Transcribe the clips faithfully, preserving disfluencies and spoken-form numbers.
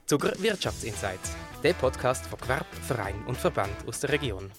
Zuger Wirtschaftsinsights, der Podcast von Gewerbe, Verein und Verband aus der Region.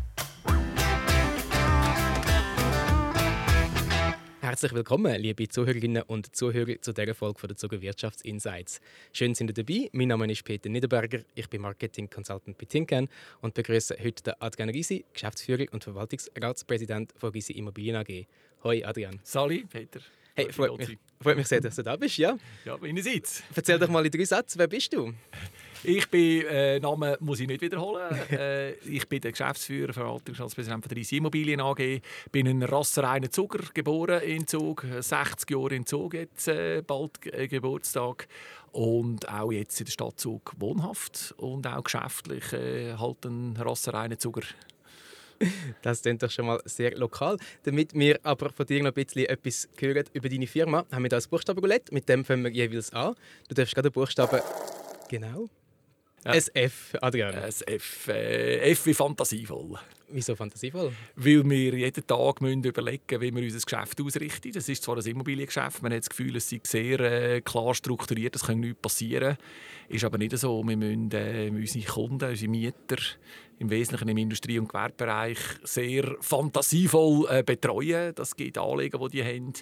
Herzlich willkommen, liebe Zuhörerinnen und Zuhörer, zu dieser Folge der Zuger Wirtschaftsinsights. Schön, sind ihr dabei. Mein Name ist Peter Niederberger, ich bin Marketing Consultant bei Tinken und begrüße heute den Adrian Risi, Geschäftsführer und Verwaltungsratspräsident von Risi Immobilien A G. Hoi Adrian. Sali, Peter. Hey, freut mich, freut mich sehr, dass du da bist. Ja, ja meinerseits. Erzähl doch mal in drei Sätzen, wer bist du? Ich bin, äh, Namen muss ich nicht wiederholen. äh, ich bin der Geschäftsführer, Verwaltungsratspräsident der Risi Immobilien A G. Bin ein rassereiner Zuger, geboren in Zug, sechzig Jahre in Zug, jetzt äh, bald äh, Geburtstag. Und auch jetzt in der Stadt Zug wohnhaft und auch geschäftlich äh, halt ein rassereiner Zuger. Das klingt doch schon mal sehr lokal. Damit wir aber von dir noch ein bisschen etwas hören über deine Firma, haben wir hier ein Buchstabenroulette. Mit dem fangen wir jeweils an. Du darfst gerade den Buchstaben... Genau. Ja. S F, Adrian. S F, äh, F wie fantasievoll. Wieso fantasievoll? Weil wir jeden Tag müssen überlegen, wie wir unser Geschäft ausrichten. Das ist zwar ein Immobiliengeschäft, man hat das Gefühl, es sei sehr äh, klar strukturiert, es kann nichts passieren. Ist aber nicht so. Wir müssen äh, unsere Kunden, unsere Mieter, im Wesentlichen im Industrie- und Gewerbebereich, sehr fantasievoll äh, betreuen. Das gibt Anliegen, die die haben.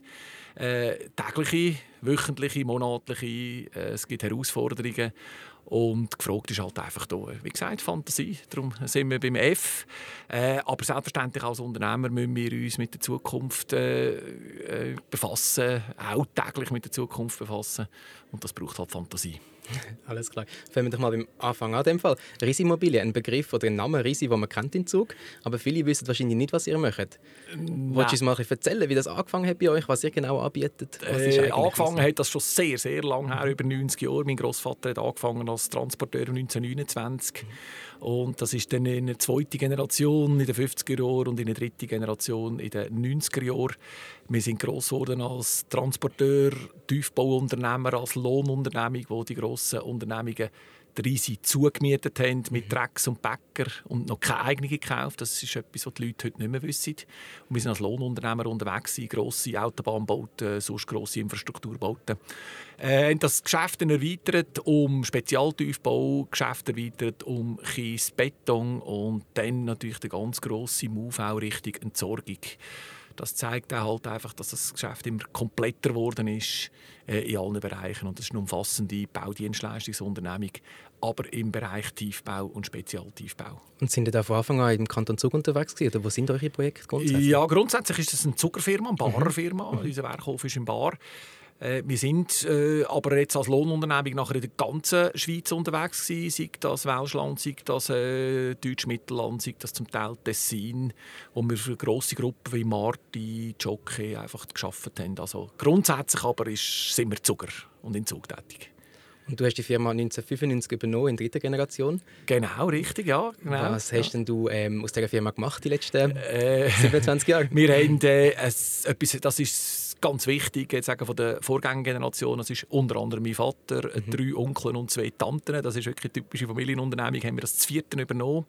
Äh, tägliche, wöchentliche, monatliche. Äh, es gibt Herausforderungen. Und gefragt ist halt einfach da, wie gesagt, Fantasie. Darum sind wir beim F. Äh, aber selbstverständlich als Unternehmer müssen wir uns mit der Zukunft äh, äh, befassen, auch täglich mit der Zukunft befassen. Und das braucht halt Fantasie. Alles klar. Fangen wir doch mal beim Anfang an. Dem Fall. Risi Immobilien, ein Begriff oder ein Name Risi, den man kennt in Zug. Aber viele wissen wahrscheinlich nicht, was ihr macht. Ähm, Wolltest du uns mal erzählen, wie das angefangen hat bei euch, was ihr genau anbietet? Was ist äh, angefangen hat das schon sehr, sehr lange her, über neunzig Jahre. Mein Großvater hat angefangen als Transporteur neunzehnhundertneunundzwanzig. Und das ist dann in der zweiten Generation in den fünfziger Jahren und in der dritten Generation in den neunziger Jahren. Wir sind gross geworden als Transporteur, Tiefbauunternehmer, als Lohnunternehmung, wo die grossen Unternehmungen die Risi zugemietet haben mit Drecks und Bäcker und noch keine eigene gekauft. Das ist etwas, was die Leute heute nicht mehr wissen. Und wir sind als Lohnunternehmer unterwegs, grosse Autobahnbauten, sonst grosse Infrastrukturbauten. Wir haben das Geschäft erweitert um Spezialtiefbau, Geschäft erweitert um Kies, Beton und dann natürlich der ganz grosse Move auch Richtung Entsorgung. Das zeigt auch halt einfach, dass das Geschäft immer kompletter geworden ist äh, in allen Bereichen. Und das ist eine umfassende Baudienstleistungsunternehmung, aber im Bereich Tiefbau und Spezialtiefbau. Und sind ihr da von Anfang an im Kanton Zug unterwegs gewesen? Oder wo sind eure Projekte grundsätzlich? Ja, grundsätzlich ist es eine Zuckerfirma, eine Barerfirma. Mhm. Unser Werkhof ist im Bar. Äh, wir sind äh, aber jetzt als Lohnunternehmung nachher in der ganzen Schweiz unterwegs gewesen, sei das Welschland, sei das äh, Deutsch-Mittelland, sei das zum Teil Tessin, wo wir für grosse Gruppen wie Marti, Jockey einfach gearbeitet haben. Also grundsätzlich aber ist, sind wir Zuger und in Zug tätig. Und du hast die Firma neunzehnhundertfünfundneunzig übernommen, in dritter Generation. Genau, richtig, ja. Genau, Was hast ja. denn du ähm, aus dieser Firma gemacht die letzten äh, siebenundzwanzig Jahre? Wir haben äh, es, etwas, das ist ganz wichtig, jetzt sagen von der Vorgängergeneration. Das ist unter anderem mein Vater, mhm. drei Onkel und zwei Tanten. Das ist wirklich eine typische Familienunternehmung. Haben wir das vierte übernommen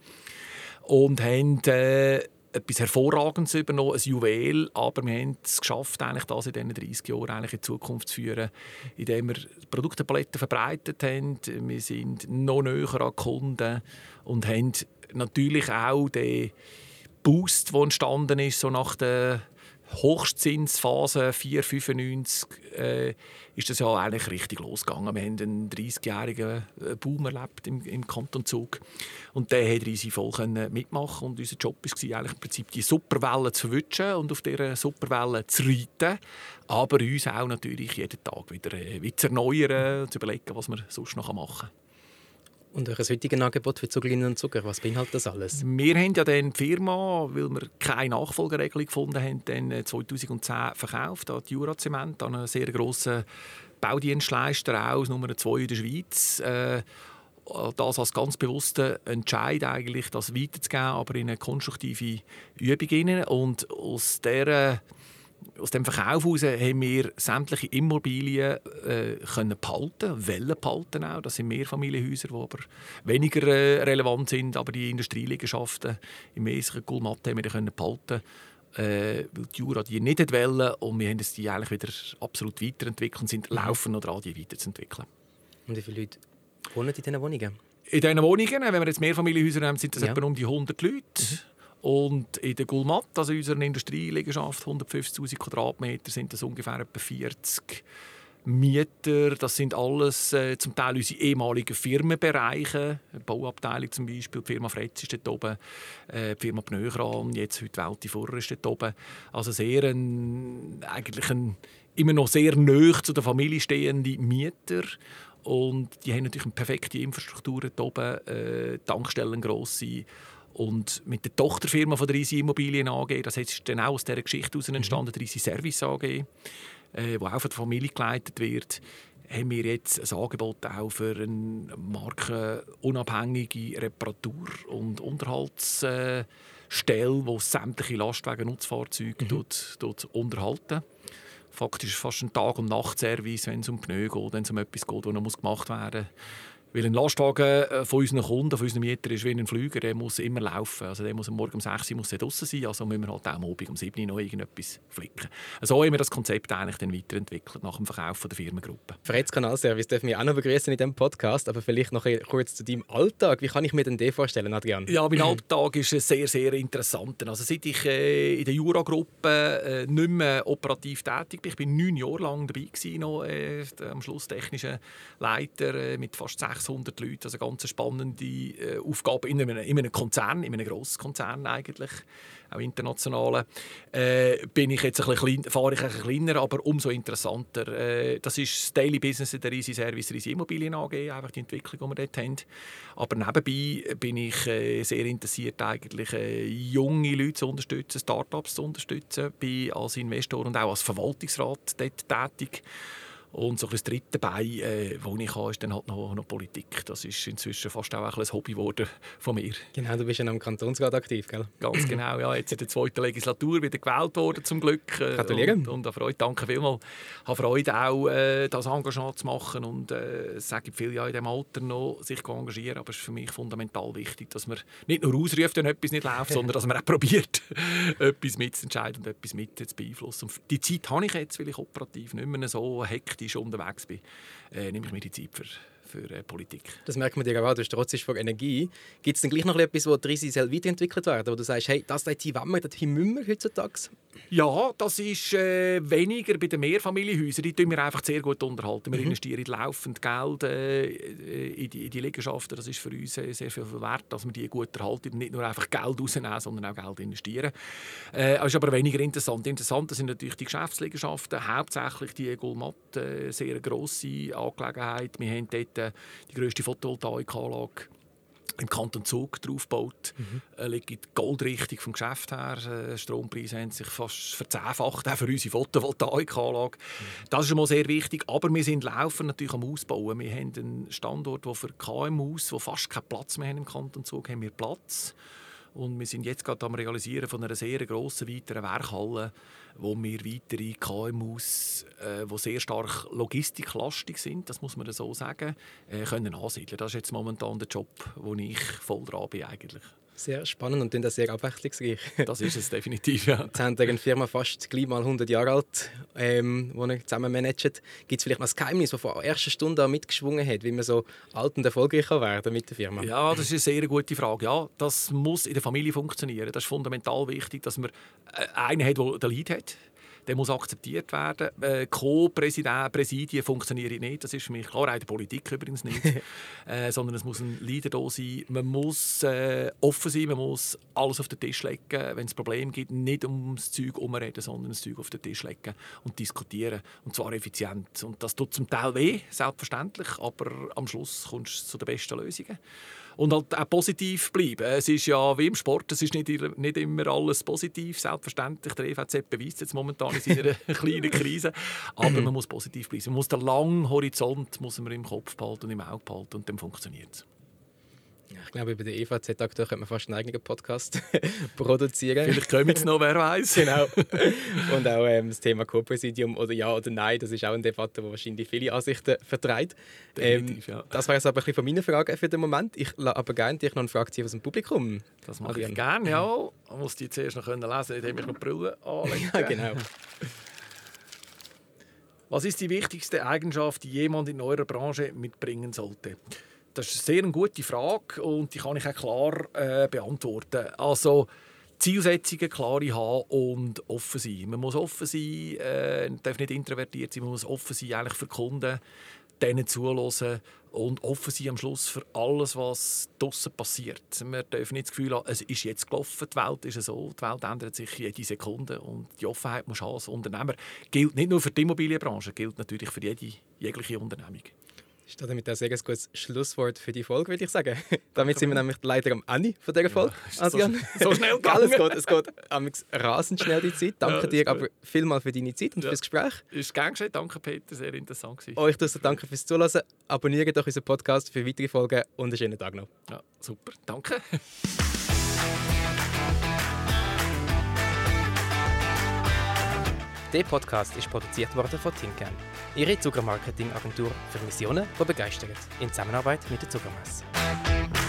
und haben äh, etwas Hervorragendes übernommen, ein Juwel, aber wir haben es geschafft, eigentlich das in diesen dreißig Jahren eigentlich in die Zukunft zu führen, indem wir Produktpaletten verbreitet haben. Wir sind noch näher an die Kunden und haben natürlich auch den Boost, der entstanden ist, so nach der Hochzinsphase vier fünfundneunzig äh, ist das ja eigentlich richtig losgegangen. Wir haben einen dreißigjährigen Boom erlebt im, im Kanton Zug. Und der hat Risi voll mitmachen. Und unser Job war eigentlich im Prinzip, die Superwelle zu verwischen und auf dieser Superwelle zu reiten. Aber uns auch natürlich jeden Tag wieder, äh, wieder zu erneuern und zu überlegen, was wir sonst noch machen können. Und euer heutiges Angebot für Zugerinnen und Zuger, was beinhaltet das alles? Wir haben ja dann die Firma, weil wir keine Nachfolgeregelung gefunden haben, dann zweitausendzehn verkauft an die Jura Zement, an einen sehr grossen Baudienstleister, auch Nummer zwei in der Schweiz. Äh, das als ganz bewusster Entscheid, eigentlich, das weiterzugeben, aber in eine konstruktive Übung. Und aus dieser Aus dem Verkauf heraus haben wir sämtliche Immobilien äh, können behalten, wollen behalten auch. Das sind Mehrfamilienhäuser, die aber weniger äh, relevant sind, aber die Industrieliegenschaften im Wesentlichen Gulmatt haben wir können behalten, äh, weil die Jura die nicht wollen und wir haben die eigentlich wieder absolut weiterentwickelt und sind laufen noch dran, die weiterzuentwickeln. Und wie viele Leute Wohnen in diesen Wohnungen? In diesen Wohnungen, wenn wir jetzt Mehrfamilienhäuser haben, sind das Ja. etwa um die hundert Leute. Mhm. Und in der Gulmat, also unserer Industrieliegenschaft, hundertfünfzigtausend Quadratmeter, sind das ungefähr etwa vierzig Mieter. Das sind alles äh, zum Teil unsere ehemaligen Firmenbereiche. Die Bauabteilung zum Beispiel, die Firma Fretz ist dort oben, äh, die Firma Pneukran, jetzt heute Welti Furrer ist dort oben. Also sehr ein, eigentlich ein, immer noch sehr nahe zu der Familie stehende Mieter. Und die haben natürlich eine perfekte Infrastruktur dort oben, äh, Tankstellen grosse. Und mit der Tochterfirma von der Risi Immobilien A G, das ist dann auch aus dieser Geschichte heraus entstanden, die Risi Service A G, äh, die auch von der Familie geleitet wird, haben wir jetzt ein Angebot auch für eine markenunabhängige Reparatur- und Unterhaltsstelle, die sämtliche Lastwagen- und Nutzfahrzeuge mhm. dort, dort unterhalten. Faktisch fast ein Tag- und Nachtservice, wenn es um Pneu geht, wenn es um etwas geht, das noch gemacht werden muss. Weil ein Lastwagen von unseren Kunden, von unseren Mietern ist wie ein Flüger, der muss immer laufen. Also der muss am Morgen um sechs Uhr muss draussen sein, also müssen wir halt auch am Abend um sieben Uhr noch irgendetwas flicken. So haben wir das Konzept eigentlich dann weiterentwickelt nach dem Verkauf von der Firmengruppe. Fretz Kanalservice dürfen wir auch noch begrüßen in diesem Podcast, aber vielleicht noch kurz zu deinem Alltag. Wie kann ich mir denn den vorstellen, Adrian? Ja, mein Alltag ist sehr, sehr interessant. Also seit ich äh, in der Jura-Gruppe äh, nicht mehr operativ tätig bin, ich bin neun Jahre lang dabei gewesen, noch, äh, am Schluss technischer Leiter äh, mit fast sechshundert Leuten, also ganz spannende äh, Aufgabe in einem, in einem Konzern, in einem grossen Konzern eigentlich, auch internationalen. Äh, bin ich jetzt ein bisschen klein, fahre ich ein bisschen kleiner, aber umso interessanter. Äh, das ist das Daily Business der Risi Service, Risi Immobilien A G, einfach die Entwicklung, die wir dort haben. Aber nebenbei bin ich äh, sehr interessiert, eigentlich äh, junge Leute zu unterstützen, Start-ups zu unterstützen, bin als Investor und auch als Verwaltungsrat dort tätig. Und so ein das dritte Bein, äh, das ich habe, ist dann halt noch, noch Politik. Das ist inzwischen fast auch ein Hobby geworden von mir. Genau, du bist ja am Kantonsrat aktiv, gell? Ganz genau, ja. Jetzt in der zweiten Legislatur wieder gewählt worden, zum Glück. Gratuliere. Und, und Freude, danke vielmals. Ich habe Freude, auch äh, das Engagement zu machen. Und äh, es sagen viele ja in diesem Alter noch, sich zu engagieren. Aber es ist für mich fundamental wichtig, dass man nicht nur ausruft, wenn etwas nicht läuft, sondern dass man auch probiert, etwas mitzuentscheiden und etwas mit zu beeinflussen. Und die Zeit habe ich jetzt, weil ich operativ nicht mehr so hektisch unterwegs bin, äh, nehme ich mir die Zeit für, für äh, Politik. Das merkt man dir auch, du strotzest vor Energie. Gibt es denn gleich noch etwas, wo die Risi weiterentwickelt werden, wo du sagst, hey, das wollen wir, das müssen wir heutzutage? Ja, das ist äh, weniger bei den Mehrfamilienhäusern. Die tun wir einfach sehr gut unterhalten. Wir mhm. investieren laufend Geld äh, in, die, in die Liegenschaften. Das ist für uns äh, sehr viel wert, dass wir die gut erhalten und nicht nur einfach Geld rausnehmen, sondern auch Geld investieren. Äh, das ist aber weniger interessant. Interessant sind natürlich die Geschäftsliegenschaften, hauptsächlich die Gulmat, äh, sehr grosse Angelegenheit. Wir haben dort äh, die grösste Photovoltaikanlage im Kanton Zug draufgebaut. Mhm. Äh, liegt goldrichtig vom Geschäft her. Äh, Strompreise haben sich fast verzehnfacht, auch für unsere Photovoltaikanlage. Mhm. Das ist schon mal sehr wichtig. Aber wir sind laufend natürlich am Ausbauen. Wir haben einen Standort, wo für K M Us, wo fast keinen Platz mehr haben im Kanton Zug, haben wir Platz. Und wir sind jetzt gerade am Realisieren von einer sehr grossen weiteren Werkhalle, wo wir weitere K M Us, äh, die sehr stark logistiklastig sind, das muss man so sagen, äh, können ansiedeln. Das ist jetzt momentan der Job, wo ich voll dran bin eigentlich. Sehr spannend und das sehr abwechslungsreich. Das ist es definitiv, ja. Jetzt haben wir eine Firma fast gleich mal hundert Jahre alt, ähm, die ihr zusammen managt. Gibt es vielleicht noch ein Geheimnis, das von der ersten Stunde an mitgeschwungen hat, wie man so alt und erfolgreich werden kann mit der Firma? Ja, das ist eine sehr gute Frage. Ja, das muss in der Familie funktionieren. Das ist fundamental wichtig, dass man einen hat, der den Lead hat. Der muss akzeptiert werden. Äh, Co-Präsidien funktionieren nicht. Das ist für mich klar, auch in der Politik übrigens nicht. äh, sondern es muss ein Leader da sein. Man muss äh, offen sein, man muss alles auf den Tisch legen. Wenn es Probleme gibt, nicht ums Zeug herumreden, sondern das Zeug auf den Tisch legen und diskutieren. Und zwar effizient. Und das tut zum Teil weh, selbstverständlich, aber am Schluss kommst du zu den besten Lösungen. Und halt auch positiv bleiben. Es ist ja wie im Sport, es ist nicht, nicht immer alles positiv, selbstverständlich. Der E V Z beweist jetzt momentan in seiner kleinen Krise. Aber man muss positiv bleiben. Man muss den langen Horizont muss man im Kopf behalten und im Auge behalten und dann funktioniert es. Ich glaube, über den E V Z-Akteur könnte man fast einen eigenen Podcast produzieren. Vielleicht kommen jetzt noch, wer weiß. Genau. Und auch ähm, das Thema Co-Präsidium oder ja oder nein, das ist auch eine Debatte, die wahrscheinlich viele Ansichten vertreibt. Ähm, ja. Das wäre jetzt aber ein bisschen von meinen Fragen für den Moment. Ich lasse aber gerne dich noch eine Frage ziehen aus dem Publikum. Das mache ich gerne, ja. Ich muss die zuerst noch lesen können, dann habe ich noch die Brille anlegen. Ja, genau. Was ist die wichtigste Eigenschaft, die jemand in eurer Branche mitbringen sollte? Das ist eine sehr gute Frage und die kann ich auch klar äh, beantworten. Also Zielsetzungen klar haben und offen sein. Man muss offen sein, äh, darf nicht introvertiert sein, man muss offen sein eigentlich für die Kunden, denen zuhören und offen sein am Schluss für alles, was draussen passiert. Wir dürfen nicht das Gefühl haben, es ist jetzt gelaufen, die Welt ist so, die Welt ändert sich jede Sekunde und die Offenheit muss haben als Unternehmer. Gilt nicht nur für die Immobilienbranche, gilt natürlich für jede jegliche Unternehmung. Das ist damit ein sehr gutes Schlusswort für die Folge, würde ich sagen. Damit sind wir nämlich leider am Ende von dieser Folge. Ja, Adrian. So, so schnell gegangen. Es geht, es geht rasend schnell die Zeit. Danke ja, dir aber vielmals für deine Zeit und ja. fürs Gespräch. Ist gern geschehen. Danke, Peter. Sehr interessant gewesen. Euch danke fürs Zuhören. Abonniert doch unseren Podcast für weitere Folgen und einen schönen Tag noch. Ja, super. Danke. Der Podcast ist produziert worden von Tincan, Ihre Zuckermarketing-Agentur für Missionen, die begeistern, in Zusammenarbeit mit der Zuckermesse.